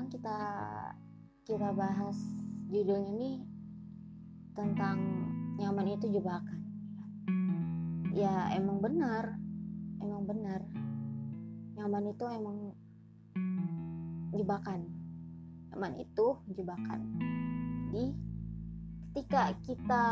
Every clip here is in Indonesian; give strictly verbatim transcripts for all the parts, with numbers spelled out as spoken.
sekarang kita kita bahas judulnya nih tentang nyaman itu jebakan. Ya emang benar, emang benar. Nyaman itu emang jebakan. Nyaman itu jebakan. Jadi ketika kita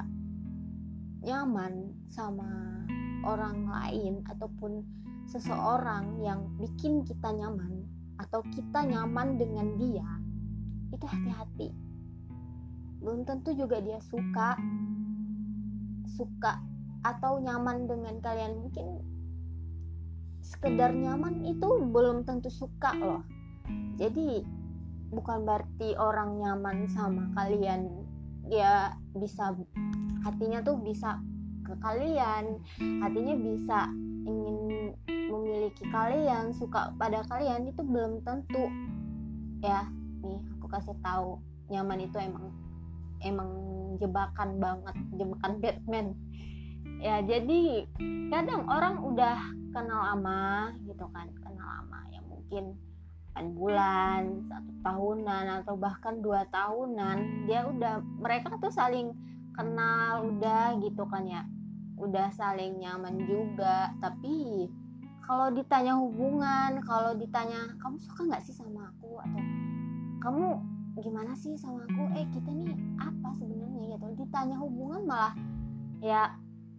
nyaman sama orang lain ataupun seseorang yang bikin kita nyaman atau kita nyaman dengan dia, itu hati-hati. Belum tentu juga dia suka suka atau nyaman dengan kalian. Mungkin sekedar nyaman itu belum tentu suka loh. Jadi bukan berarti orang nyaman sama kalian dia bisa, hatinya tuh bisa ke kalian, hatinya bisa ingin memiliki kalian, suka pada kalian, itu belum tentu ya. Nih aku kasih tahu, nyaman itu emang emang jebakan banget, jebakan Batman ya. Jadi kadang orang udah kenal lama gitu kan, kenal lama ya mungkin delapan bulan, satu tahunan atau bahkan dua tahunan, dia udah, mereka tuh saling kenal udah gitu kan ya, udah saling nyaman juga. Tapi kalau ditanya hubungan, kalau ditanya kamu suka nggak sih sama aku, atau kamu gimana sih sama aku, eh kita nih apa sebenarnya gitu, ditanya hubungan malah ya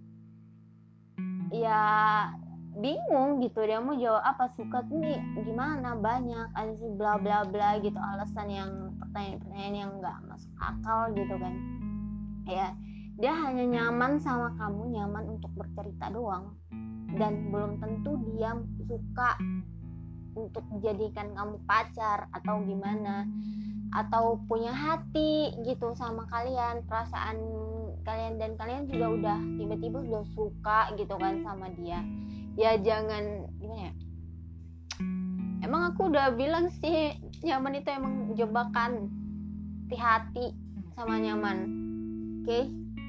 ya bingung gitu, dia mau jawab apa, suka nih gimana, banyak ada sih bla bla bla gitu, alasan yang pertanyaan-pertanyaan yang nggak masuk akal gitu kan ya. Dia hanya nyaman sama kamu, nyaman untuk bercerita doang, dan belum tentu dia suka untuk dijadikan kamu pacar atau gimana, atau punya hati gitu sama kalian, perasaan kalian, dan kalian juga udah tiba-tiba udah suka gitu kan sama dia. Ya jangan gimana ya, emang aku udah bilang sih nyaman itu emang jebakan. Hati-hati sama nyaman, oke okay?